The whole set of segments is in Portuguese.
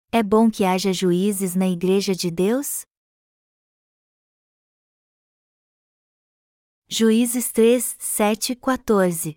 É bom que haja juízes na Igreja de Deus? Juízes 3, 7 e 14.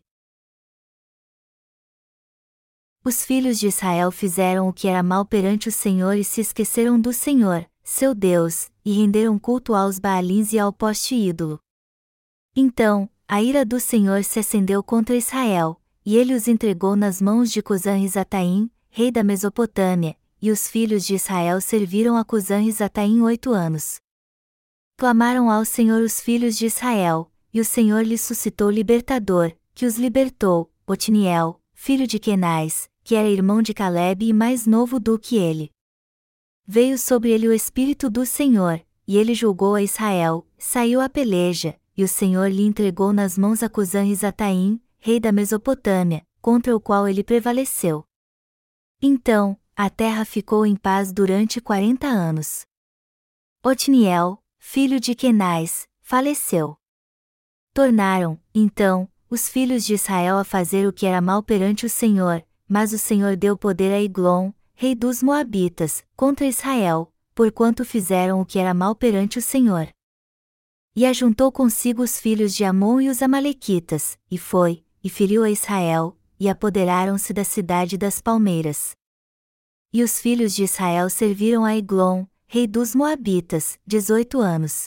Os filhos de Israel fizeram o que era mal perante o Senhor e se esqueceram do Senhor, seu Deus, e renderam culto aos Baalins e ao poste ídolo. Então, a ira do Senhor se acendeu contra Israel, e ele os entregou nas mãos de Cusã-Risataim, rei da Mesopotâmia, e os filhos de Israel serviram a Cusã-Risataim 8 anos. Clamaram ao Senhor os filhos de Israel, e o Senhor lhes suscitou libertador, que os libertou, Otniel, filho de Quenais, que era irmão de Calebe e mais novo do que ele. Veio sobre ele o Espírito do Senhor, e ele julgou a Israel, saiu à peleja, e o Senhor lhe entregou nas mãos a Cusã-Risataim, rei da Mesopotâmia, contra o qual ele prevaleceu. Então, a terra ficou em paz durante 40 anos. Otniel, filho de Quenais, faleceu. Tornaram, então, os filhos de Israel a fazer o que era mal perante o Senhor, mas o Senhor deu poder a Eglon, rei dos Moabitas, contra Israel, porquanto fizeram o que era mal perante o Senhor. E ajuntou consigo os filhos de Amon e os Amalequitas, e foi, e feriu a Israel, e apoderaram-se da cidade das palmeiras. E os filhos de Israel serviram a Eglon, rei dos Moabitas, 18 anos.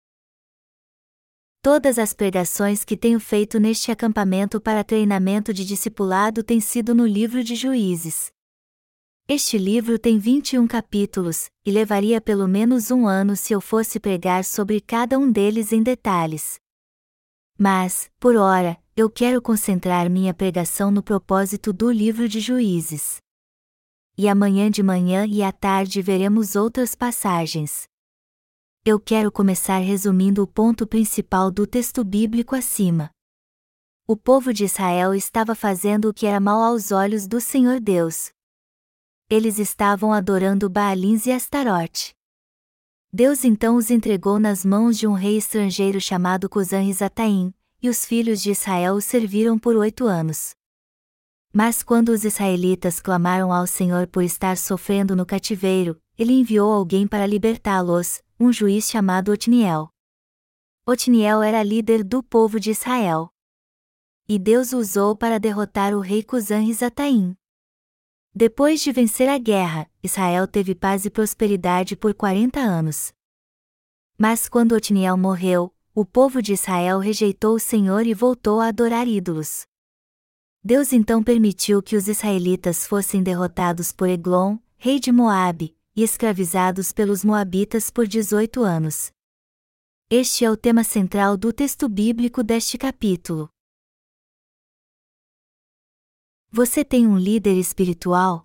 Todas as pregações que tenho feito neste acampamento para treinamento de discipulado têm sido no livro de Juízes. Este livro tem 21 capítulos, e levaria pelo menos um ano se eu fosse pregar sobre cada um deles em detalhes. Mas, por ora, eu quero concentrar minha pregação no propósito do livro de Juízes. E amanhã de manhã e à tarde veremos outras passagens. Eu quero começar resumindo o ponto principal do texto bíblico acima. O povo de Israel estava fazendo o que era mal aos olhos do Senhor Deus. Eles estavam adorando Baalins e Astarote. Deus então os entregou nas mãos de um rei estrangeiro chamado Cusã-Risataim, e os filhos de Israel os serviram por 8 anos. Mas quando os israelitas clamaram ao Senhor por estar sofrendo no cativeiro, ele enviou alguém para libertá-los, um juiz chamado Otniel. Otniel era líder do povo de Israel. E Deus o usou para derrotar o rei Cusã-Risataim. Depois de vencer a guerra, Israel teve paz e prosperidade por 40 anos. Mas quando Otniel morreu, o povo de Israel rejeitou o Senhor e voltou a adorar ídolos. Deus então permitiu que os israelitas fossem derrotados por Eglon, rei de Moabe, e escravizados pelos moabitas por 18 anos. Este é o tema central do texto bíblico deste capítulo. Você tem um líder espiritual?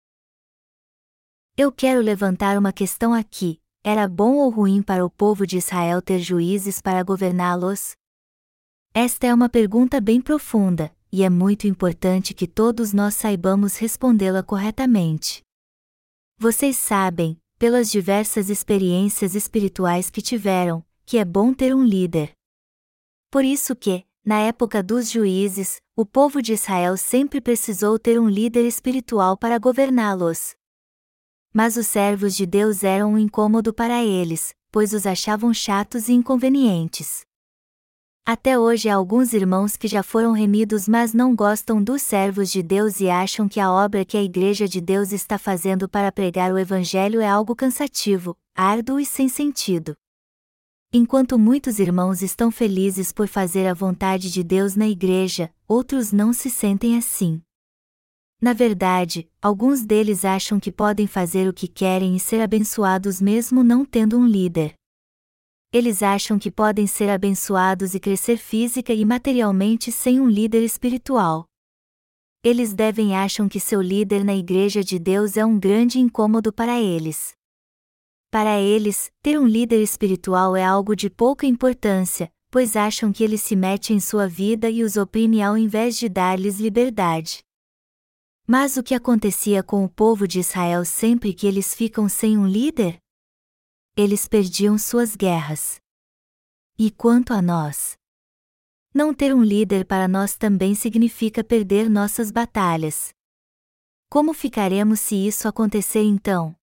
Eu quero levantar uma questão aqui: era bom ou ruim para o povo de Israel ter juízes para governá-los? Esta é uma pergunta bem profunda, e é muito importante que todos nós saibamos respondê-la corretamente. Vocês sabem, pelas diversas experiências espirituais que tiveram, que é bom ter um líder. Por isso que, na época dos juízes, o povo de Israel sempre precisou ter um líder espiritual para governá-los. Mas os servos de Deus eram um incômodo para eles, pois os achavam chatos e inconvenientes. Até hoje há alguns irmãos que já foram remidos, mas não gostam dos servos de Deus e acham que a obra que a Igreja de Deus está fazendo para pregar o Evangelho é algo cansativo, árduo e sem sentido. Enquanto muitos irmãos estão felizes por fazer a vontade de Deus na igreja, outros não se sentem assim. Na verdade, alguns deles acham que podem fazer o que querem e ser abençoados mesmo não tendo um líder. Eles acham que podem ser abençoados e crescer física e materialmente sem um líder espiritual. Eles acham que seu líder na Igreja de Deus é um grande incômodo para eles. Para eles, ter um líder espiritual é algo de pouca importância, pois acham que ele se mete em sua vida e os oprime ao invés de dar-lhes liberdade. Mas o que acontecia com o povo de Israel sempre que eles ficam sem um líder? Eles perdiam suas guerras. E quanto a nós? Não ter um líder para nós também significa perder nossas batalhas. Como ficaremos se isso acontecer então?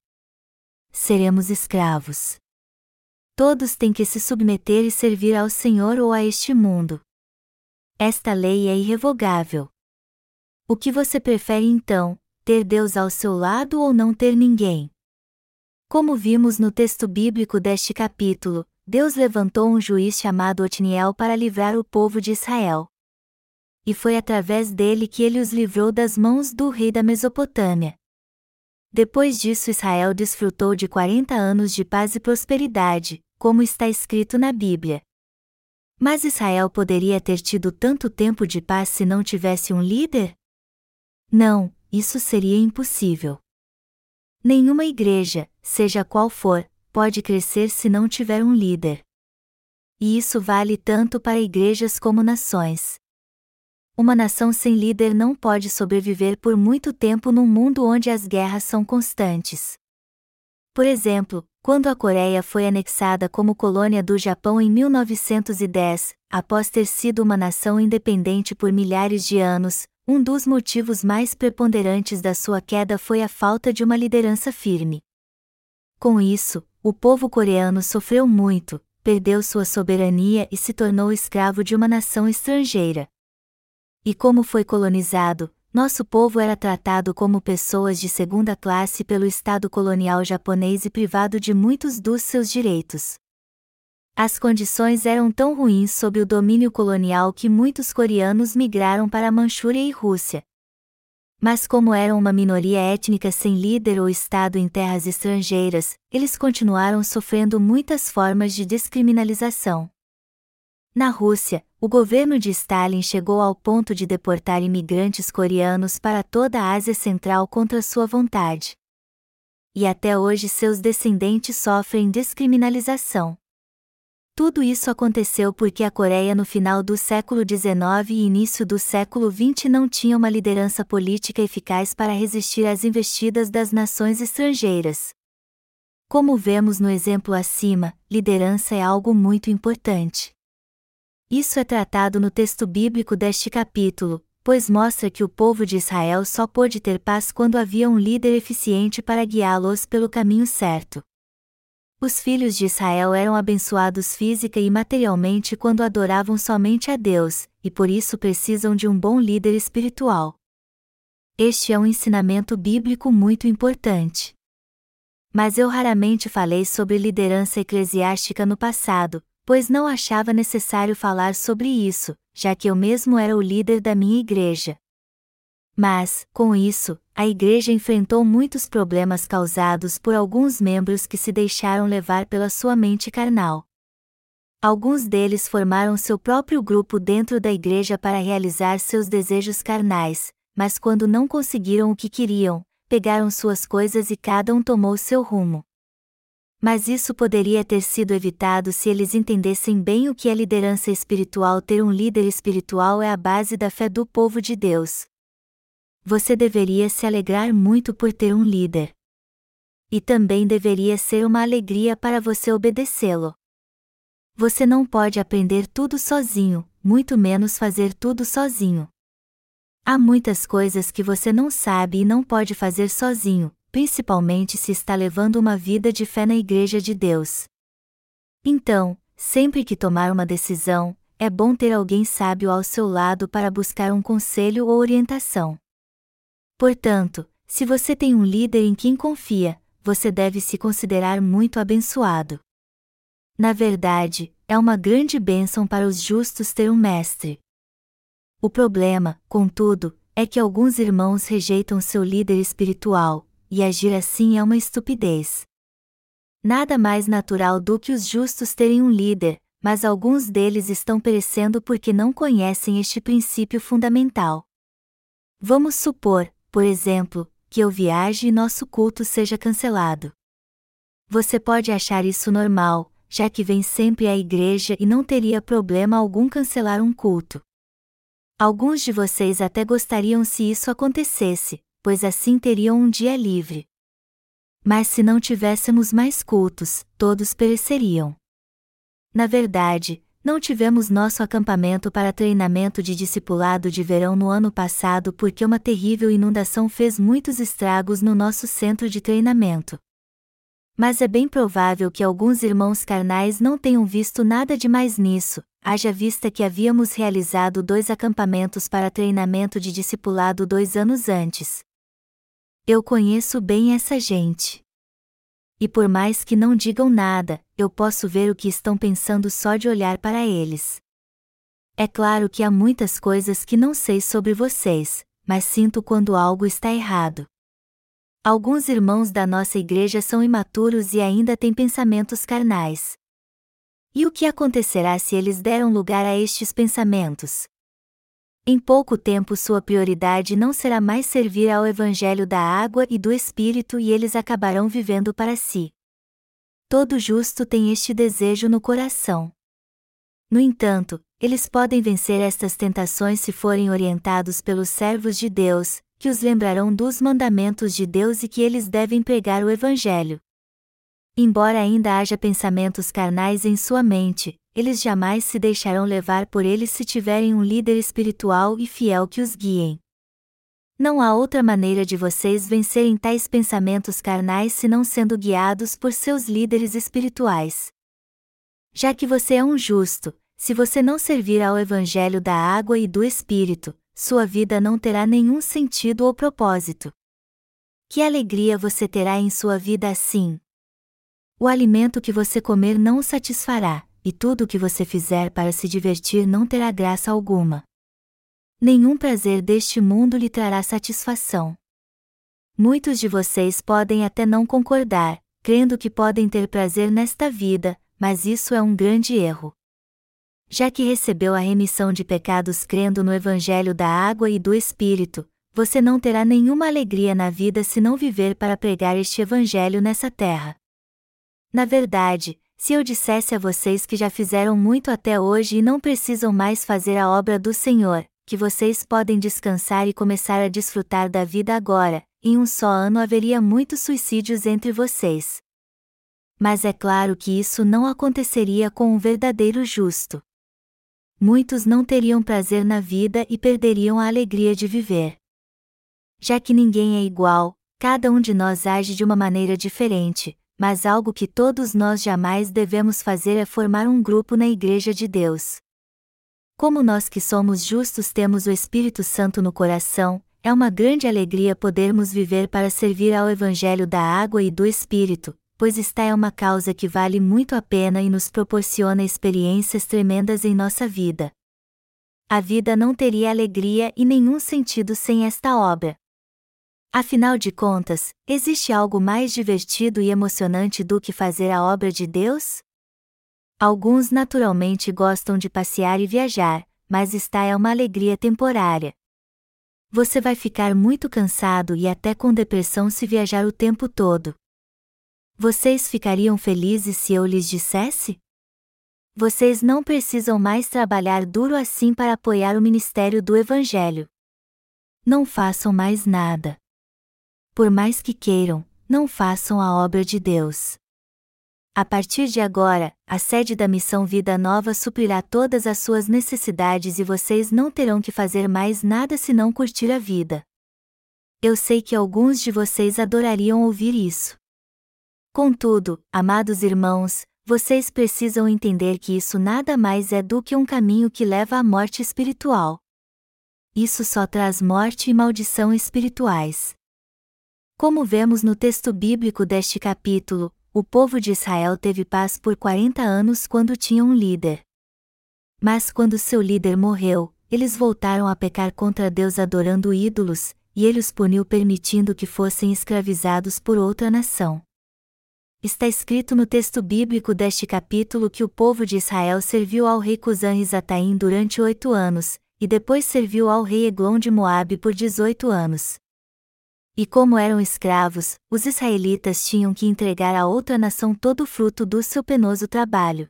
Seremos escravos. Todos têm que se submeter e servir ao Senhor ou a este mundo. Esta lei é irrevogável. O que você prefere então, ter Deus ao seu lado ou não ter ninguém? Como vimos no texto bíblico deste capítulo, Deus levantou um juiz chamado Otniel para livrar o povo de Israel. E foi através dele que ele os livrou das mãos do rei da Mesopotâmia. Depois disso Israel desfrutou de 40 anos de paz e prosperidade, como está escrito na Bíblia. Mas Israel poderia ter tido tanto tempo de paz se não tivesse um líder? Não, isso seria impossível. Nenhuma igreja, seja qual for, pode crescer se não tiver um líder. E isso vale tanto para igrejas como nações. Uma nação sem líder não pode sobreviver por muito tempo num mundo onde as guerras são constantes. Por exemplo, quando a Coreia foi anexada como colônia do Japão em 1910, após ter sido uma nação independente por milhares de anos, um dos motivos mais preponderantes da sua queda foi a falta de uma liderança firme. Com isso, o povo coreano sofreu muito, perdeu sua soberania e se tornou escravo de uma nação estrangeira. E como foi colonizado, nosso povo era tratado como pessoas de segunda classe pelo Estado colonial japonês e privado de muitos dos seus direitos. As condições eram tão ruins sob o domínio colonial que muitos coreanos migraram para a Manchúria e Rússia. Mas como eram uma minoria étnica sem líder ou Estado em terras estrangeiras, eles continuaram sofrendo muitas formas de descriminalização. Na Rússia, o governo de Stalin chegou ao ponto de deportar imigrantes coreanos para toda a Ásia Central contra sua vontade. E até hoje seus descendentes sofrem descriminalização. Tudo isso aconteceu porque a Coreia no final do século XIX e início do século XX não tinha uma liderança política eficaz para resistir às investidas das nações estrangeiras. Como vemos no exemplo acima, liderança é algo muito importante. Isso é tratado no texto bíblico deste capítulo, pois mostra que o povo de Israel só pôde ter paz quando havia um líder eficiente para guiá-los pelo caminho certo. Os filhos de Israel eram abençoados física e materialmente quando adoravam somente a Deus, e por isso precisam de um bom líder espiritual. Este é um ensinamento bíblico muito importante. Mas eu raramente falei sobre liderança eclesiástica no passado, pois não achava necessário falar sobre isso, já que eu mesmo era o líder da minha igreja. Mas, com isso, a igreja enfrentou muitos problemas causados por alguns membros que se deixaram levar pela sua mente carnal. Alguns deles formaram seu próprio grupo dentro da igreja para realizar seus desejos carnais, mas quando não conseguiram o que queriam, pegaram suas coisas e cada um tomou seu rumo. Mas isso poderia ter sido evitado se eles entendessem bem o que é liderança espiritual. Ter um líder espiritual é a base da fé do povo de Deus. Você deveria se alegrar muito por ter um líder. E também deveria ser uma alegria para você obedecê-lo. Você não pode aprender tudo sozinho, muito menos fazer tudo sozinho. Há muitas coisas que você não sabe e não pode fazer sozinho, principalmente se está levando uma vida de fé na Igreja de Deus. Então, sempre que tomar uma decisão, é bom ter alguém sábio ao seu lado para buscar um conselho ou orientação. Portanto, se você tem um líder em quem confia, você deve se considerar muito abençoado. Na verdade, é uma grande bênção para os justos ter um mestre. O problema, contudo, é que alguns irmãos rejeitam seu líder espiritual, e agir assim é uma estupidez. Nada mais natural do que os justos terem um líder, mas alguns deles estão perecendo porque não conhecem este princípio fundamental. Vamos supor, por exemplo, que eu viaje e nosso culto seja cancelado. Você pode achar isso normal, já que vem sempre à igreja e não teria problema algum cancelar um culto. Alguns de vocês até gostariam se isso acontecesse, pois assim teriam um dia livre. Mas se não tivéssemos mais cultos, todos pereceriam. Na verdade, Não tivemos nosso acampamento para treinamento de discipulado de verão no ano passado porque uma terrível inundação fez muitos estragos no nosso centro de treinamento. Mas é bem provável que alguns irmãos carnais não tenham visto nada demais nisso, haja vista que havíamos realizado 2 acampamentos para treinamento de discipulado 2 anos antes. Eu conheço bem essa gente. E por mais que não digam nada, eu posso ver o que estão pensando só de olhar para eles. É claro que há muitas coisas que não sei sobre vocês, mas sinto quando algo está errado. Alguns irmãos da nossa igreja são imaturos e ainda têm pensamentos carnais. E o que acontecerá se eles deram lugar a estes pensamentos? Em pouco tempo sua prioridade não será mais servir ao Evangelho da água e do Espírito e eles acabarão vivendo para si. Todo justo tem este desejo no coração. No entanto, eles podem vencer estas tentações se forem orientados pelos servos de Deus, que os lembrarão dos mandamentos de Deus e que eles devem pregar o Evangelho. Embora ainda haja pensamentos carnais em sua mente, eles jamais se deixarão levar por eles se tiverem um líder espiritual e fiel que os guiem. Não há outra maneira de vocês vencerem tais pensamentos carnais senão sendo guiados por seus líderes espirituais. Já que você é um justo, se você não servir ao Evangelho da água e do Espírito, sua vida não terá nenhum sentido ou propósito. Que alegria você terá em sua vida assim? O alimento que você comer não o satisfará, e tudo o que você fizer para se divertir não terá graça alguma. Nenhum prazer deste mundo lhe trará satisfação. Muitos de vocês podem até não concordar, crendo que podem ter prazer nesta vida, mas isso é um grande erro. Já que recebeu a remissão de pecados crendo no Evangelho da água e do Espírito, você não terá nenhuma alegria na vida se não viver para pregar este Evangelho nessa terra. Na verdade, se eu dissesse a vocês que já fizeram muito até hoje e não precisam mais fazer a obra do Senhor, que vocês podem descansar e começar a desfrutar da vida agora, em um só ano haveria muitos suicídios entre vocês. Mas é claro que isso não aconteceria com um verdadeiro justo. Muitos não teriam prazer na vida e perderiam a alegria de viver. Já que ninguém é igual, cada um de nós age de uma maneira diferente, mas algo que todos nós jamais devemos fazer é formar um grupo na Igreja de Deus. Como nós que somos justos temos o Espírito Santo no coração, é uma grande alegria podermos viver para servir ao Evangelho da água e do Espírito, pois esta é uma causa que vale muito a pena e nos proporciona experiências tremendas em nossa vida. A vida não teria alegria e nenhum sentido sem esta obra. Afinal de contas, existe algo mais divertido e emocionante do que fazer a obra de Deus? Alguns naturalmente gostam de passear e viajar, mas esta é uma alegria temporária. Você vai ficar muito cansado e até com depressão se viajar o tempo todo. Vocês ficariam felizes se eu lhes dissesse? Vocês não precisam mais trabalhar duro assim para apoiar o ministério do Evangelho. Não façam mais nada. Por mais que queiram, não façam a obra de Deus. A partir de agora, a sede da Missão Vida Nova suprirá todas as suas necessidades e vocês não terão que fazer mais nada senão curtir a vida. Eu sei que alguns de vocês adorariam ouvir isso. Contudo, amados irmãos, vocês precisam entender que isso nada mais é do que um caminho que leva à morte espiritual. Isso só traz morte e maldição espirituais. Como vemos no texto bíblico deste capítulo, o povo de Israel teve paz por 40 anos quando tinha um líder. Mas quando seu líder morreu, eles voltaram a pecar contra Deus adorando ídolos, e ele os puniu permitindo que fossem escravizados por outra nação. Está escrito no texto bíblico deste capítulo que o povo de Israel serviu ao rei Cusã-Risataim durante 8 anos, e depois serviu ao rei Eglon de Moabe por 18 anos. E como eram escravos, os israelitas tinham que entregar a outra nação todo o fruto do seu penoso trabalho.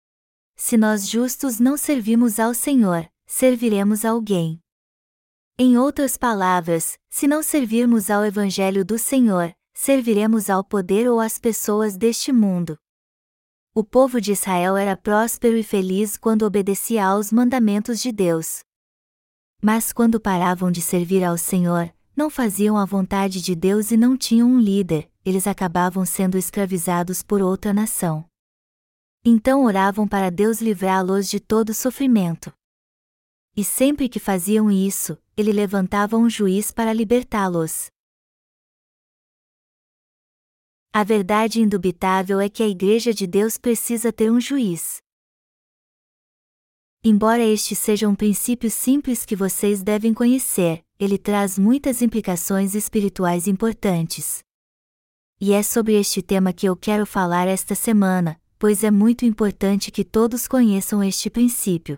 Se nós justos não servimos ao Senhor, serviremos a alguém. Em outras palavras, se não servirmos ao Evangelho do Senhor, serviremos ao poder ou às pessoas deste mundo. O povo de Israel era próspero e feliz quando obedecia aos mandamentos de Deus. Mas quando paravam de servir ao Senhor, não faziam a vontade de Deus e não tinham um líder, eles acabavam sendo escravizados por outra nação. Então oravam para Deus livrá-los de todo sofrimento. E sempre que faziam isso, ele levantava um juiz para libertá-los. A verdade indubitável é que a Igreja de Deus precisa ter um juiz. Embora este seja um princípio simples que vocês devem conhecer, ele traz muitas implicações espirituais importantes. E é sobre este tema que eu quero falar esta semana, pois é muito importante que todos conheçam este princípio.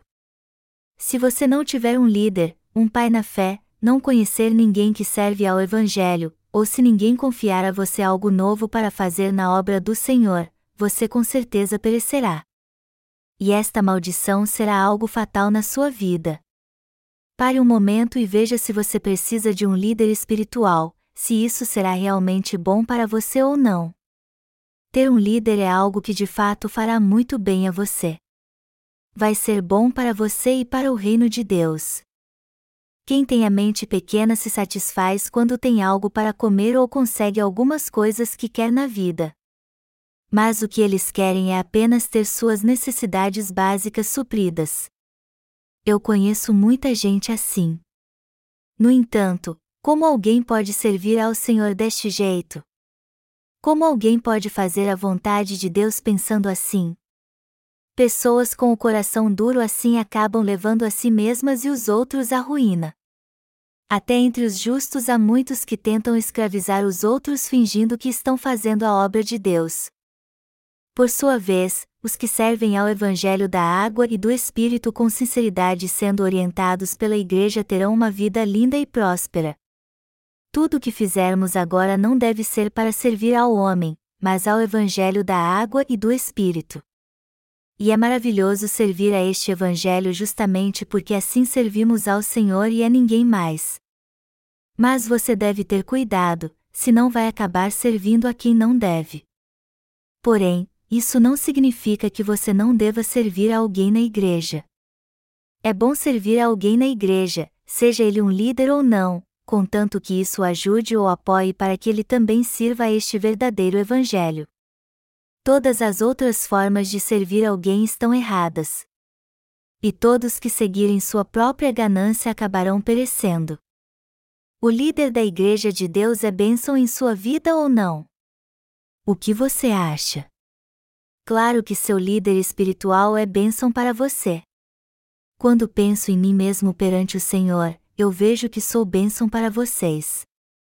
Se você não tiver um líder, um pai na fé, não conhecer ninguém que serve ao Evangelho, ou se ninguém confiar a você algo novo para fazer na obra do Senhor, você com certeza perecerá. E esta maldição será algo fatal na sua vida. Pare um momento e veja se você precisa de um líder espiritual, se isso será realmente bom para você ou não. Ter um líder é algo que de fato fará muito bem a você. Vai ser bom para você e para o reino de Deus. Quem tem a mente pequena se satisfaz quando tem algo para comer ou consegue algumas coisas que quer na vida. Mas o que eles querem é apenas ter suas necessidades básicas supridas. Eu conheço muita gente assim. No entanto, como alguém pode servir ao Senhor deste jeito? Como alguém pode fazer a vontade de Deus pensando assim? Pessoas com o coração duro assim acabam levando a si mesmas e os outros à ruína. Até entre os justos há muitos que tentam escravizar os outros fingindo que estão fazendo a obra de Deus. Por sua vez, os que servem ao Evangelho da água e do Espírito com sinceridade sendo orientados pela Igreja terão uma vida linda e próspera. Tudo o que fizermos agora não deve ser para servir ao homem, mas ao Evangelho da água e do Espírito. E é maravilhoso servir a este Evangelho justamente porque assim servimos ao Senhor e a ninguém mais. Mas você deve ter cuidado, senão vai acabar servindo a quem não deve. Porém, isso não significa que você não deva servir a alguém na igreja. É bom servir a alguém na igreja, seja ele um líder ou não, contanto que isso ajude ou apoie para que ele também sirva a este verdadeiro Evangelho. Todas as outras formas de servir alguém estão erradas. E todos que seguirem sua própria ganância acabarão perecendo. O líder da Igreja de Deus é bênção em sua vida ou não? O que você acha? Claro que seu líder espiritual é bênção para você. Quando penso em mim mesmo perante o Senhor, eu vejo que sou bênção para vocês.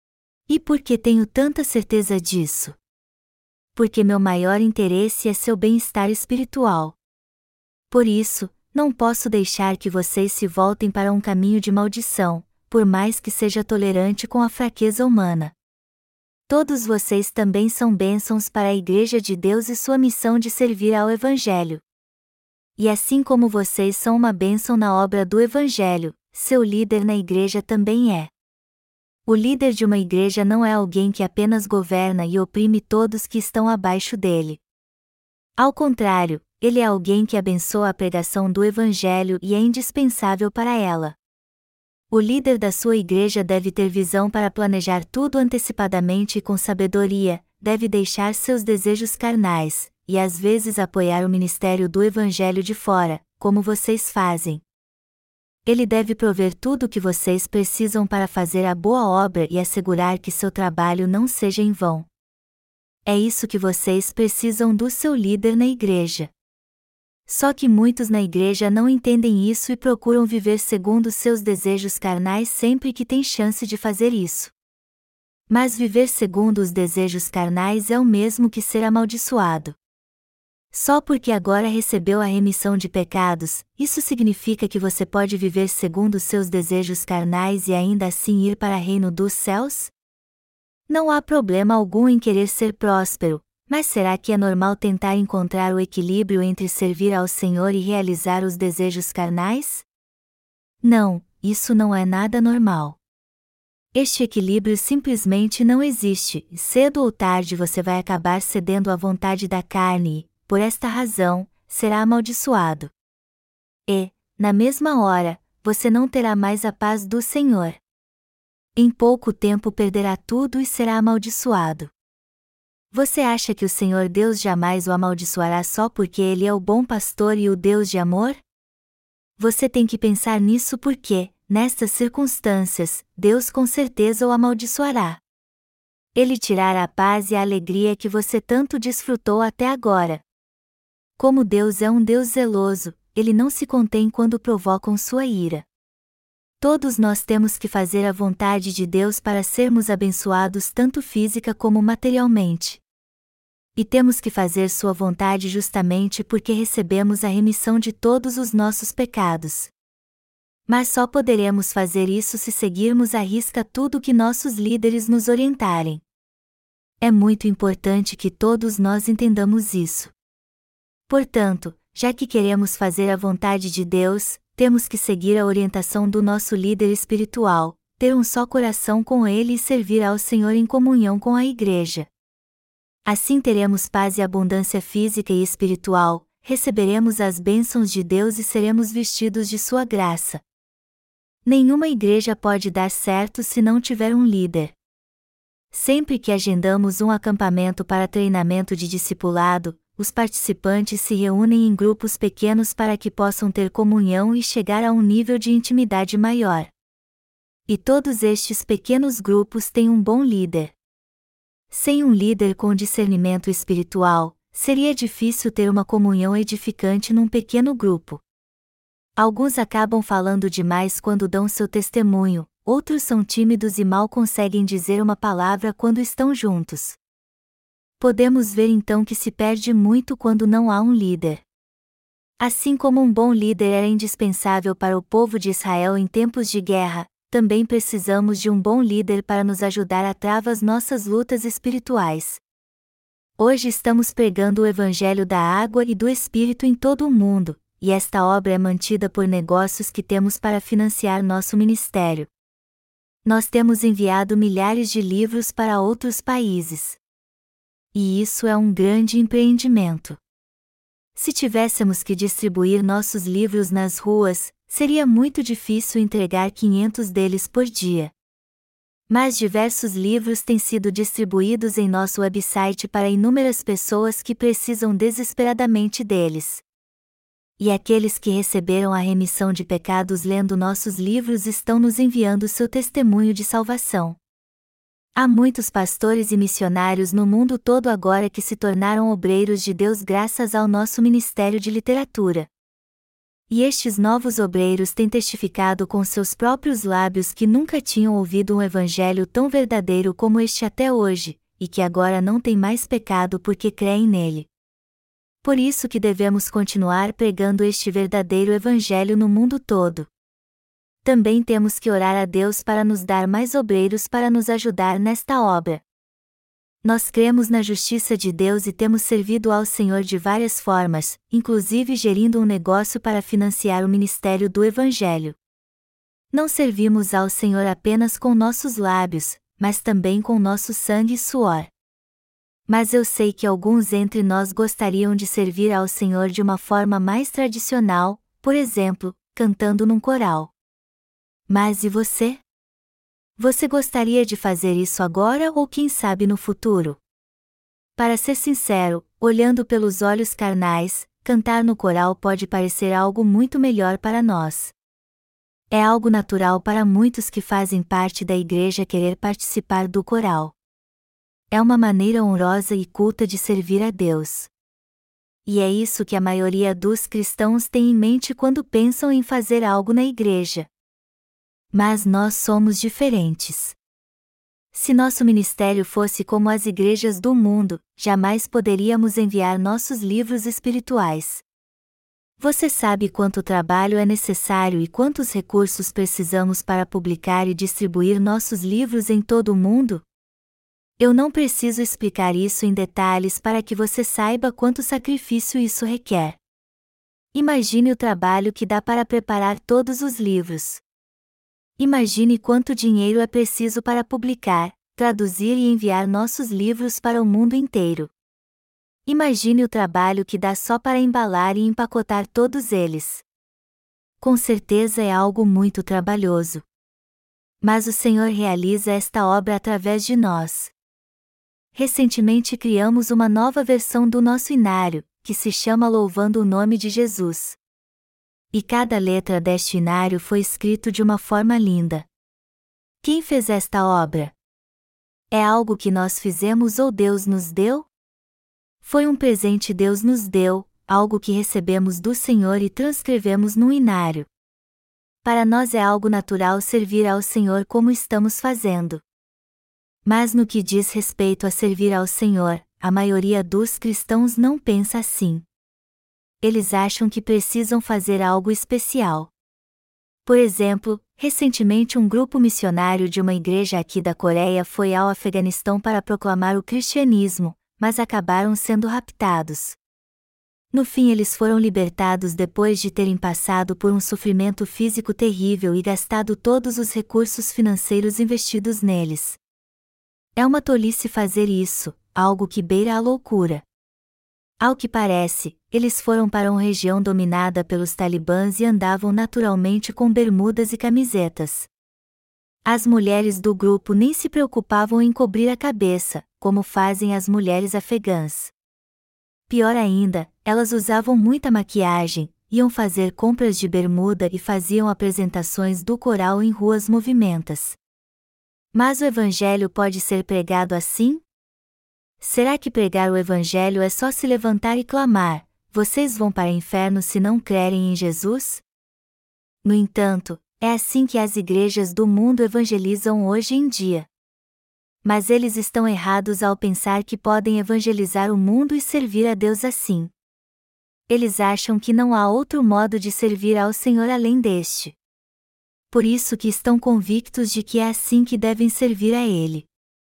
E por que tenho tanta certeza disso? Porque meu maior interesse é seu bem-estar espiritual. Por isso, não posso deixar que vocês se voltem para um caminho de maldição, por mais que seja tolerante com a fraqueza humana. Todos vocês também são bênçãos para a Igreja de Deus e sua missão de servir ao Evangelho. E assim como vocês são uma bênção na obra do Evangelho, seu líder na igreja também é. O líder de uma igreja não é alguém que apenas governa e oprime todos que estão abaixo dele. Ao contrário, ele é alguém que abençoa a pregação do Evangelho e é indispensável para ela. O líder da sua igreja deve ter visão para planejar tudo antecipadamente e com sabedoria, deve deixar seus desejos carnais, e às vezes apoiar o ministério do Evangelho de fora, como vocês fazem. Ele deve prover tudo o que vocês precisam para fazer a boa obra e assegurar que seu trabalho não seja em vão. É isso que vocês precisam do seu líder na igreja. Só que muitos na igreja não entendem isso e procuram viver segundo seus desejos carnais sempre que têm chance de fazer isso. Mas viver segundo os desejos carnais é o mesmo que ser amaldiçoado. Só porque agora recebeu a remissão de pecados, isso significa que você pode viver segundo os seus desejos carnais e ainda assim ir para o reino dos céus? Não há problema algum em querer ser próspero, mas será que é normal tentar encontrar o equilíbrio entre servir ao Senhor e realizar os desejos carnais? Não, isso não é nada normal. Este equilíbrio simplesmente não existe, e cedo ou tarde você vai acabar cedendo à vontade da carne e, por esta razão, será amaldiçoado. E, na mesma hora, você não terá mais a paz do Senhor. Em pouco tempo perderá tudo e será amaldiçoado. Você acha que o Senhor Deus jamais o amaldiçoará só porque Ele é o bom pastor e o Deus de amor? Você tem que pensar nisso porque, nestas circunstâncias, Deus com certeza o amaldiçoará. Ele tirará a paz e a alegria que você tanto desfrutou até agora. Como Deus é um Deus zeloso, Ele não se contém quando provocam sua ira. Todos nós temos que fazer a vontade de Deus para sermos abençoados tanto física como materialmente. E temos que fazer sua vontade justamente porque recebemos a remissão de todos os nossos pecados. Mas só poderemos fazer isso se seguirmos à risca tudo o que nossos líderes nos orientarem. É muito importante que todos nós entendamos isso. Portanto, já que queremos fazer a vontade de Deus, temos que seguir a orientação do nosso líder espiritual, ter um só coração com ele e servir ao Senhor em comunhão com a Igreja. Assim teremos paz e abundância física e espiritual, receberemos as bênçãos de Deus e seremos vestidos de sua graça. Nenhuma igreja pode dar certo se não tiver um líder. Sempre que agendamos um acampamento para treinamento de discipulado, os participantes se reúnem em grupos pequenos para que possam ter comunhão e chegar a um nível de intimidade maior. E todos estes pequenos grupos têm um bom líder. Sem um líder com discernimento espiritual, seria difícil ter uma comunhão edificante num pequeno grupo. Alguns acabam falando demais quando dão seu testemunho, outros são tímidos e mal conseguem dizer uma palavra quando estão juntos. Podemos ver então que se perde muito quando não há um líder. Assim como um bom líder era indispensável para o povo de Israel em tempos de guerra, também precisamos de um bom líder para nos ajudar a travar as nossas lutas espirituais. Hoje estamos pregando o Evangelho da Água e do Espírito em todo o mundo, e esta obra é mantida por negócios que temos para financiar nosso ministério. Nós temos enviado milhares de livros para outros países. E isso é um grande empreendimento. Se tivéssemos que distribuir nossos livros nas ruas, seria muito difícil entregar 500 deles por dia. Mas diversos livros têm sido distribuídos em nosso website para inúmeras pessoas que precisam desesperadamente deles. E aqueles que receberam a remissão de pecados lendo nossos livros estão nos enviando seu testemunho de salvação. Há muitos pastores e missionários no mundo todo agora que se tornaram obreiros de Deus graças ao nosso ministério de literatura. E estes novos obreiros têm testificado com seus próprios lábios que nunca tinham ouvido um evangelho tão verdadeiro como este até hoje, e que agora não têm mais pecado porque creem nele. Por isso que devemos continuar pregando este verdadeiro evangelho no mundo todo. Também temos que orar a Deus para nos dar mais obreiros para nos ajudar nesta obra. Nós cremos na justiça de Deus e temos servido ao Senhor de várias formas, inclusive gerindo um negócio para financiar o ministério do Evangelho. Não servimos ao Senhor apenas com nossos lábios, mas também com nosso sangue e suor. Mas eu sei que alguns entre nós gostariam de servir ao Senhor de uma forma mais tradicional, por exemplo, cantando num coral. Mas e você? Você gostaria de fazer isso agora ou quem sabe no futuro? Para ser sincero, olhando pelos olhos carnais, cantar no coral pode parecer algo muito melhor para nós. É algo natural para muitos que fazem parte da igreja querer participar do coral. É uma maneira honrosa e culta de servir a Deus. E é isso que a maioria dos cristãos tem em mente quando pensam em fazer algo na igreja. Mas nós somos diferentes. Se nosso ministério fosse como as igrejas do mundo, jamais poderíamos enviar nossos livros espirituais. Você sabe quanto trabalho é necessário e quantos recursos precisamos para publicar e distribuir nossos livros em todo o mundo? Eu não preciso explicar isso em detalhes para que você saiba quanto sacrifício isso requer. Imagine o trabalho que dá para preparar todos os livros. Imagine quanto dinheiro é preciso para publicar, traduzir e enviar nossos livros para o mundo inteiro. Imagine o trabalho que dá só para embalar e empacotar todos eles. Com certeza é algo muito trabalhoso. Mas o Senhor realiza esta obra através de nós. Recentemente criamos uma nova versão do nosso inário, que se chama Louvando o Nome de Jesus. E cada letra deste inário foi escrito de uma forma linda. Quem fez esta obra? É algo que nós fizemos ou Deus nos deu? Foi um presente Deus nos deu, algo que recebemos do Senhor e transcrevemos no inário. Para nós é algo natural servir ao Senhor como estamos fazendo. Mas no que diz respeito a servir ao Senhor, a maioria dos cristãos não pensa assim. Eles acham que precisam fazer algo especial. Por exemplo, recentemente um grupo missionário de uma igreja aqui da Coreia foi ao Afeganistão para proclamar o cristianismo, mas acabaram sendo raptados. No fim eles foram libertados depois de terem passado por um sofrimento físico terrível e gastado todos os recursos financeiros investidos neles. É uma tolice fazer isso, algo que beira a loucura. Ao que parece, eles foram para uma região dominada pelos talibãs e andavam naturalmente com bermudas e camisetas. As mulheres do grupo nem se preocupavam em cobrir a cabeça, como fazem as mulheres afegãs. Pior ainda, elas usavam muita maquiagem, iam fazer compras de bermuda e faziam apresentações do coral em ruas movimentas. Mas o Evangelho pode ser pregado assim? Será que pregar o Evangelho é só se levantar e clamar: vocês vão para o inferno se não crerem em Jesus? No entanto, é assim que as igrejas do mundo evangelizam hoje em dia. Mas eles estão errados ao pensar que podem evangelizar o mundo e servir a Deus assim. Eles acham que não há outro modo de servir ao Senhor além deste. Por isso que estão convictos de que é assim que devem servir a Ele.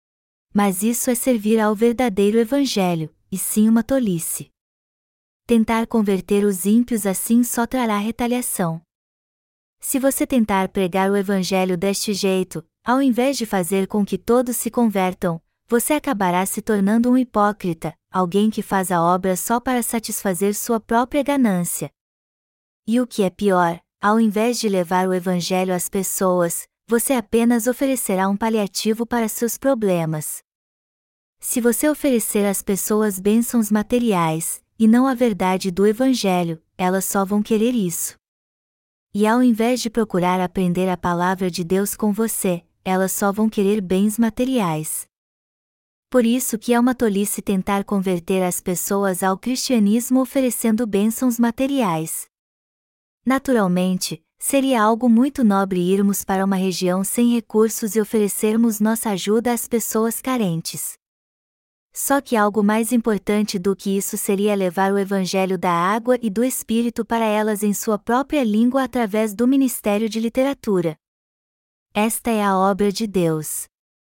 Mas isso é servir ao verdadeiro Evangelho, e sim uma tolice. Tentar converter os ímpios assim só trará retaliação. Se você tentar pregar o Evangelho deste jeito, ao invés de fazer com que todos se convertam, você acabará se tornando um hipócrita, alguém que faz a obra só para satisfazer sua própria ganância. E o que é pior, ao invés de levar o Evangelho às pessoas, você apenas oferecerá um paliativo para seus problemas. Se você oferecer às pessoas bênçãos materiais, e não a verdade do Evangelho, elas só vão querer isso. E ao invés de procurar aprender a palavra de Deus com você, elas só vão querer bens materiais. Por isso que é uma tolice tentar converter as pessoas ao cristianismo oferecendo bênçãos materiais. Naturalmente, seria algo muito nobre irmos para uma região sem recursos e oferecermos nossa ajuda às pessoas carentes. Só que algo mais importante do que isso seria levar o Evangelho da água e do Espírito para elas em sua própria língua através do Ministério de Literatura. Esta é a obra de Deus.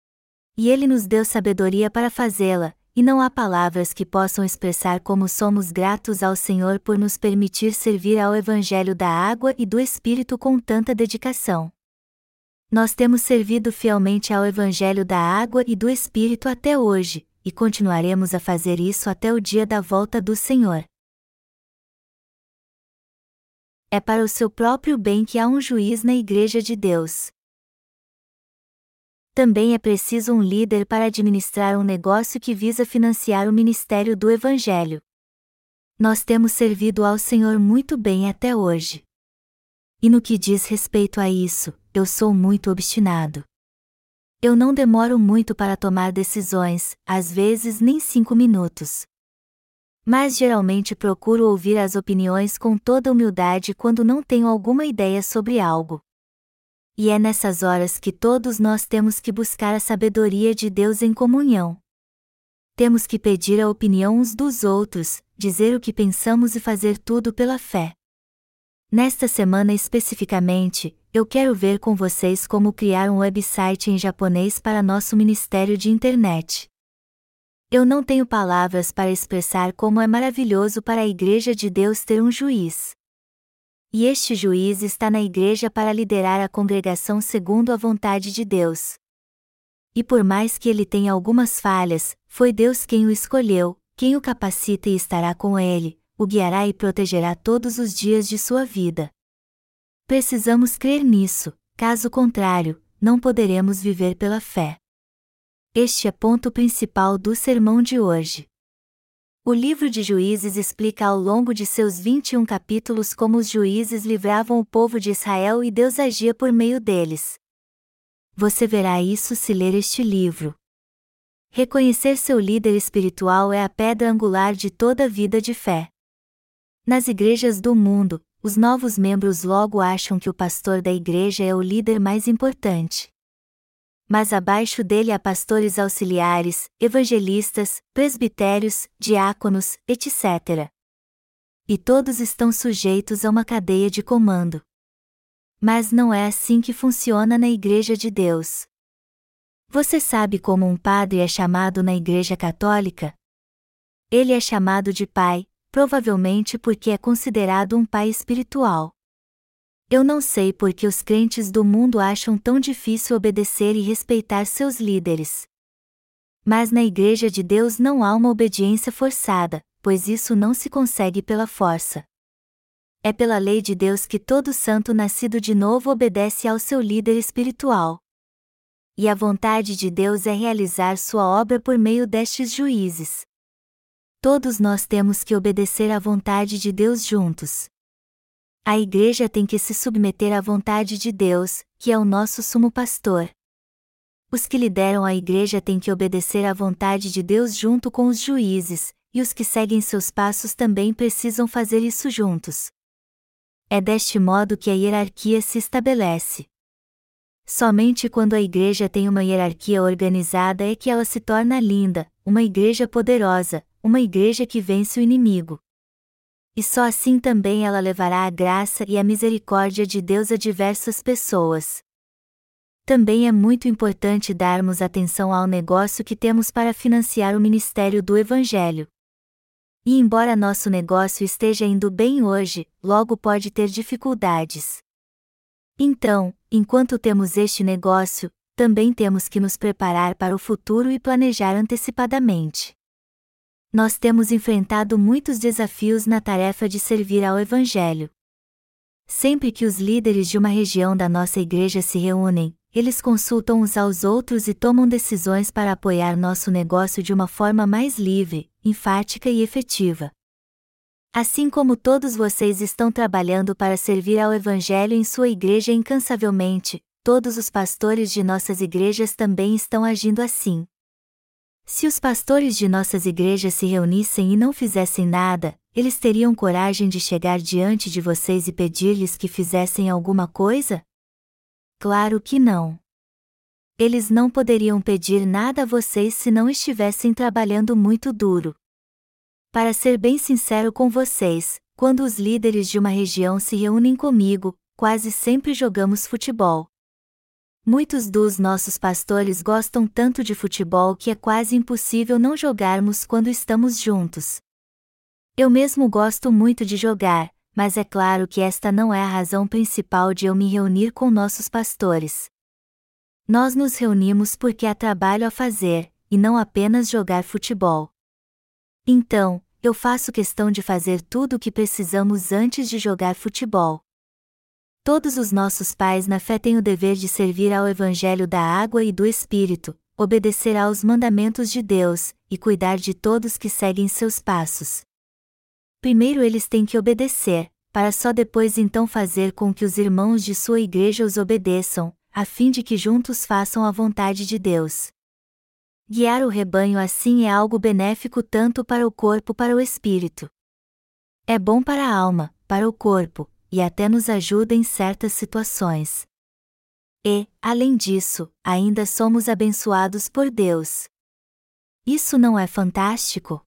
E Ele nos deu sabedoria para fazê-la, e não há palavras que possam expressar como somos gratos ao Senhor por nos permitir servir ao Evangelho da água e do Espírito com tanta dedicação. Nós temos servido fielmente ao Evangelho da água e do Espírito até hoje, e continuaremos a fazer isso até o dia da volta do Senhor. É para o seu próprio bem que há um juiz na Igreja de Deus. Também é preciso um líder para administrar um negócio que visa financiar o ministério do Evangelho. Nós temos servido ao Senhor muito bem até hoje. E no que diz respeito a isso, eu sou muito obstinado. Eu não demoro muito para tomar decisões, às vezes nem 5 minutos. Mas geralmente procuro ouvir as opiniões com toda humildade quando não tenho alguma ideia sobre algo. E é nessas horas que todos nós temos que buscar a sabedoria de Deus em comunhão. Temos que pedir a opinião uns dos outros, dizer o que pensamos e fazer tudo pela fé. Nesta semana especificamente, eu quero ver com vocês como criar um website em japonês para nosso ministério de internet. Eu não tenho palavras para expressar como é maravilhoso para a Igreja de Deus ter um juiz. E este juiz está na igreja para liderar a congregação segundo a vontade de Deus. E por mais que ele tenha algumas falhas, foi Deus quem o escolheu, quem o capacita e estará com ele, o guiará e protegerá todos os dias de sua vida. Precisamos crer nisso, caso contrário, não poderemos viver pela fé. Este é o ponto principal do sermão de hoje. O livro de Juízes explica ao longo de seus 21 capítulos como os juízes livravam o povo de Israel e Deus agia por meio deles. Você verá isso se ler este livro. Reconhecer seu líder espiritual é a pedra angular de toda a vida de fé. Nas igrejas do mundo, os novos membros logo acham que o pastor da igreja é o líder mais importante. Mas abaixo dele há pastores auxiliares, evangelistas, presbitérios, diáconos, etc. E todos estão sujeitos a uma cadeia de comando. Mas não é assim que funciona na Igreja de Deus. Você sabe como um padre é chamado na Igreja Católica? Ele é chamado de pai, provavelmente porque é considerado um pai espiritual. Eu não sei por que os crentes do mundo acham tão difícil obedecer e respeitar seus líderes. Mas na Igreja de Deus não há uma obediência forçada, pois isso não se consegue pela força. É pela lei de Deus que todo santo nascido de novo obedece ao seu líder espiritual. E a vontade de Deus é realizar sua obra por meio destes juízes. Todos nós temos que obedecer à vontade de Deus juntos. A igreja tem que se submeter à vontade de Deus, que é o nosso sumo pastor. Os que lideram a igreja têm que obedecer à vontade de Deus junto com os juízes, e os que seguem seus passos também precisam fazer isso juntos. É deste modo que a hierarquia se estabelece. Somente quando a igreja tem uma hierarquia organizada é que ela se torna linda, uma igreja poderosa, uma igreja que vence o inimigo. E só assim também ela levará a graça e a misericórdia de Deus a diversas pessoas. Também é muito importante darmos atenção ao negócio que temos para financiar o ministério do Evangelho. E embora nosso negócio esteja indo bem hoje, logo pode ter dificuldades. Então, enquanto temos este negócio, também temos que nos preparar para o futuro e planejar antecipadamente. Nós temos enfrentado muitos desafios na tarefa de servir ao Evangelho. Sempre que os líderes de uma região da nossa igreja se reúnem, eles consultam uns aos outros e tomam decisões para apoiar nosso negócio de uma forma mais livre, enfática e efetiva. Assim como todos vocês estão trabalhando para servir ao Evangelho em sua igreja incansavelmente, todos os pastores de nossas igrejas também estão agindo assim. Se os pastores de nossas igrejas se reunissem e não fizessem nada, eles teriam coragem de chegar diante de vocês e pedir-lhes que fizessem alguma coisa? Claro que não. Eles não poderiam pedir nada a vocês se não estivessem trabalhando muito duro. Para ser bem sincero com vocês, quando os líderes de uma região se reúnem comigo, quase sempre jogamos futebol. Muitos dos nossos pastores gostam tanto de futebol que é quase impossível não jogarmos quando estamos juntos. Eu mesmo gosto muito de jogar, mas é claro que esta não é a razão principal de eu me reunir com nossos pastores. Nós nos reunimos porque há trabalho a fazer, e não apenas jogar futebol. Então, eu faço questão de fazer tudo o que precisamos antes de jogar futebol. Todos os nossos pais na fé têm o dever de servir ao Evangelho da água e do Espírito, obedecer aos mandamentos de Deus, e cuidar de todos que seguem seus passos. Primeiro eles têm que obedecer, para só depois então fazer com que os irmãos de sua igreja os obedeçam, a fim de que juntos façam a vontade de Deus. Guiar o rebanho assim é algo benéfico tanto para o corpo como para o espírito. É bom para a alma, para o corpo, e até nos ajuda em certas situações. E, além disso, ainda somos abençoados por Deus. Isso não é fantástico?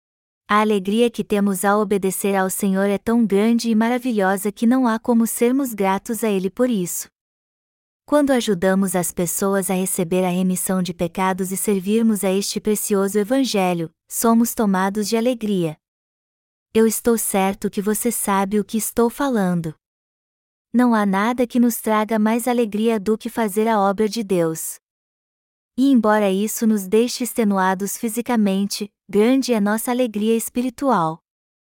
A alegria que temos ao obedecer ao Senhor é tão grande e maravilhosa que não há como sermos gratos a Ele por isso. Quando ajudamos as pessoas a receber a remissão de pecados e servirmos a este precioso Evangelho, somos tomados de alegria. Eu estou certo que você sabe o que estou falando. Não há nada que nos traga mais alegria do que fazer a obra de Deus. E embora isso nos deixe extenuados fisicamente, grande é nossa alegria espiritual.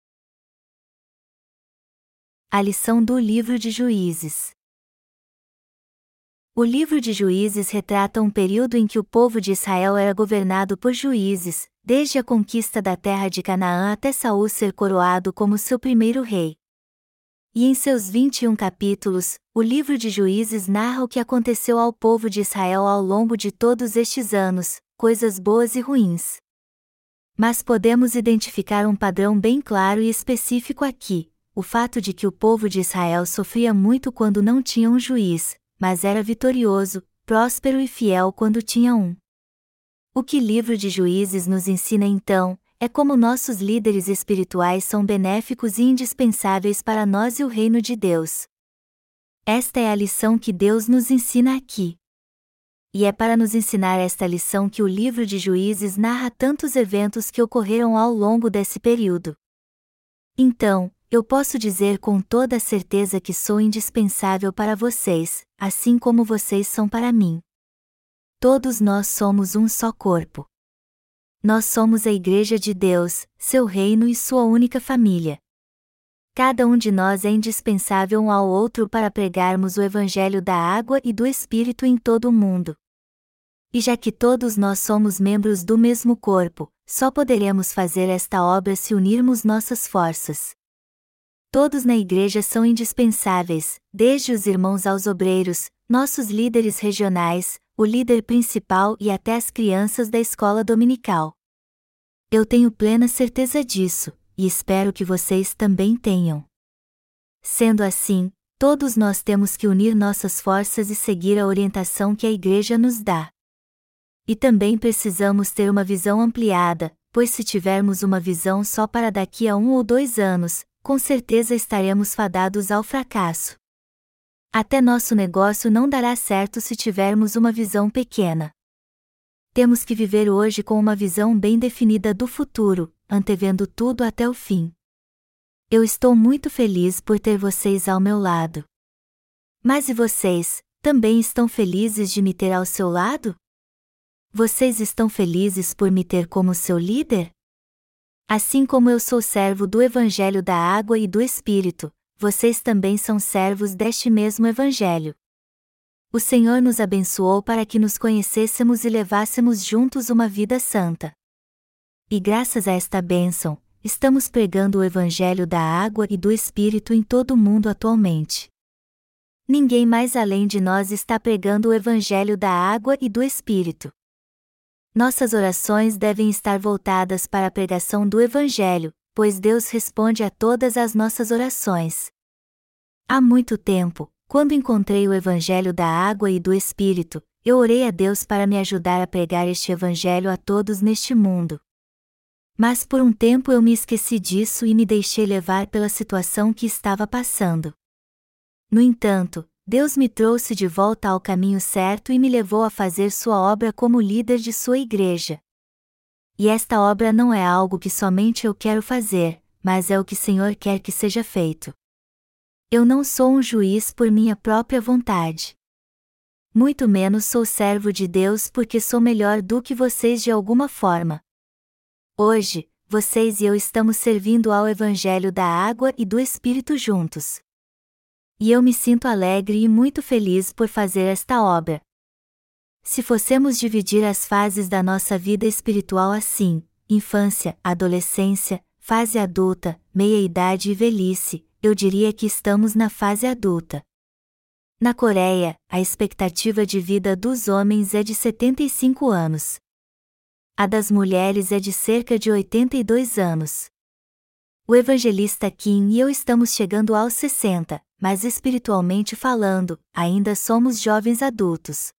A lição do livro de Juízes. O livro de Juízes retrata um período em que o povo de Israel era governado por juízes, desde a conquista da terra de Canaã até Saul ser coroado como seu primeiro rei. E em seus 21 capítulos, o livro de Juízes narra o que aconteceu ao povo de Israel ao longo de todos estes anos, coisas boas e ruins. Mas podemos identificar um padrão bem claro e específico aqui: o fato de que o povo de Israel sofria muito quando não tinha um juiz, mas era vitorioso, próspero e fiel quando tinha um. O que o livro de Juízes nos ensina então, é como nossos líderes espirituais são benéficos e indispensáveis para nós e o reino de Deus. Esta é a lição que Deus nos ensina aqui. E é para nos ensinar esta lição que o livro de Juízes narra tantos eventos que ocorreram ao longo desse período. Então, eu posso dizer com toda a certeza que sou indispensável para vocês, assim como vocês são para mim. Todos nós somos um só corpo. Nós somos a Igreja de Deus, seu reino e sua única família. Cada um de nós é indispensável um ao outro para pregarmos o Evangelho da água e do Espírito em todo o mundo. E já que todos nós somos membros do mesmo corpo, só poderemos fazer esta obra se unirmos nossas forças. Todos na igreja são indispensáveis, desde os irmãos aos obreiros, nossos líderes regionais, o líder principal e até as crianças da escola dominical. Eu tenho plena certeza disso, e espero que vocês também tenham. Sendo assim, todos nós temos que unir nossas forças e seguir a orientação que a igreja nos dá. E também precisamos ter uma visão ampliada, pois se tivermos uma visão só para daqui a 1 ou 2 anos, com certeza estaremos fadados ao fracasso. Até nosso negócio não dará certo se tivermos uma visão pequena. Temos que viver hoje com uma visão bem definida do futuro, antevendo tudo até o fim. Eu estou muito feliz por ter vocês ao meu lado. Mas e vocês, também estão felizes de me ter ao seu lado? Vocês estão felizes por me ter como seu líder? Assim como eu sou servo do Evangelho da Água e do Espírito, vocês também são servos deste mesmo Evangelho. O Senhor nos abençoou para que nos conhecêssemos e levássemos juntos uma vida santa. E graças a esta bênção, estamos pregando o Evangelho da Água e do Espírito em todo o mundo atualmente. Ninguém mais além de nós está pregando o Evangelho da Água e do Espírito. Nossas orações devem estar voltadas para a pregação do Evangelho, pois Deus responde a todas as nossas orações. Há muito tempo, quando encontrei o Evangelho da Água e do Espírito, eu orei a Deus para me ajudar a pregar este Evangelho a todos neste mundo. Mas por um tempo eu me esqueci disso e me deixei levar pela situação que estava passando. No entanto, Deus me trouxe de volta ao caminho certo e me levou a fazer sua obra como líder de sua igreja. E esta obra não é algo que somente eu quero fazer, mas é o que o Senhor quer que seja feito. Eu não sou um juiz por minha própria vontade. Muito menos sou servo de Deus porque sou melhor do que vocês de alguma forma. Hoje, vocês e eu estamos servindo ao Evangelho da Água e do Espírito juntos. E eu me sinto alegre e muito feliz por fazer esta obra. Se fossemos dividir as fases da nossa vida espiritual assim, infância, adolescência, fase adulta, meia-idade e velhice, eu diria que estamos na fase adulta. Na Coreia, a expectativa de vida dos homens é de 75 anos. A das mulheres é de cerca de 82 anos. O evangelista Kim e eu estamos chegando aos 60, mas espiritualmente falando, ainda somos jovens adultos.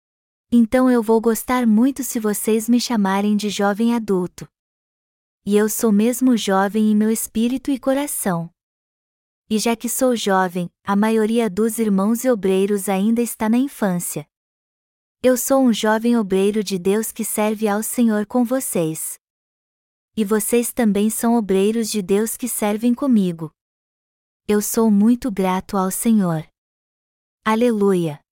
Então eu vou gostar muito se vocês me chamarem de jovem adulto. E eu sou mesmo jovem em meu espírito e coração. E já que sou jovem, a maioria dos irmãos e obreiros ainda está na infância. Eu sou um jovem obreiro de Deus que serve ao Senhor com vocês. E vocês também são obreiros de Deus que servem comigo. Eu sou muito grato ao Senhor. Aleluia!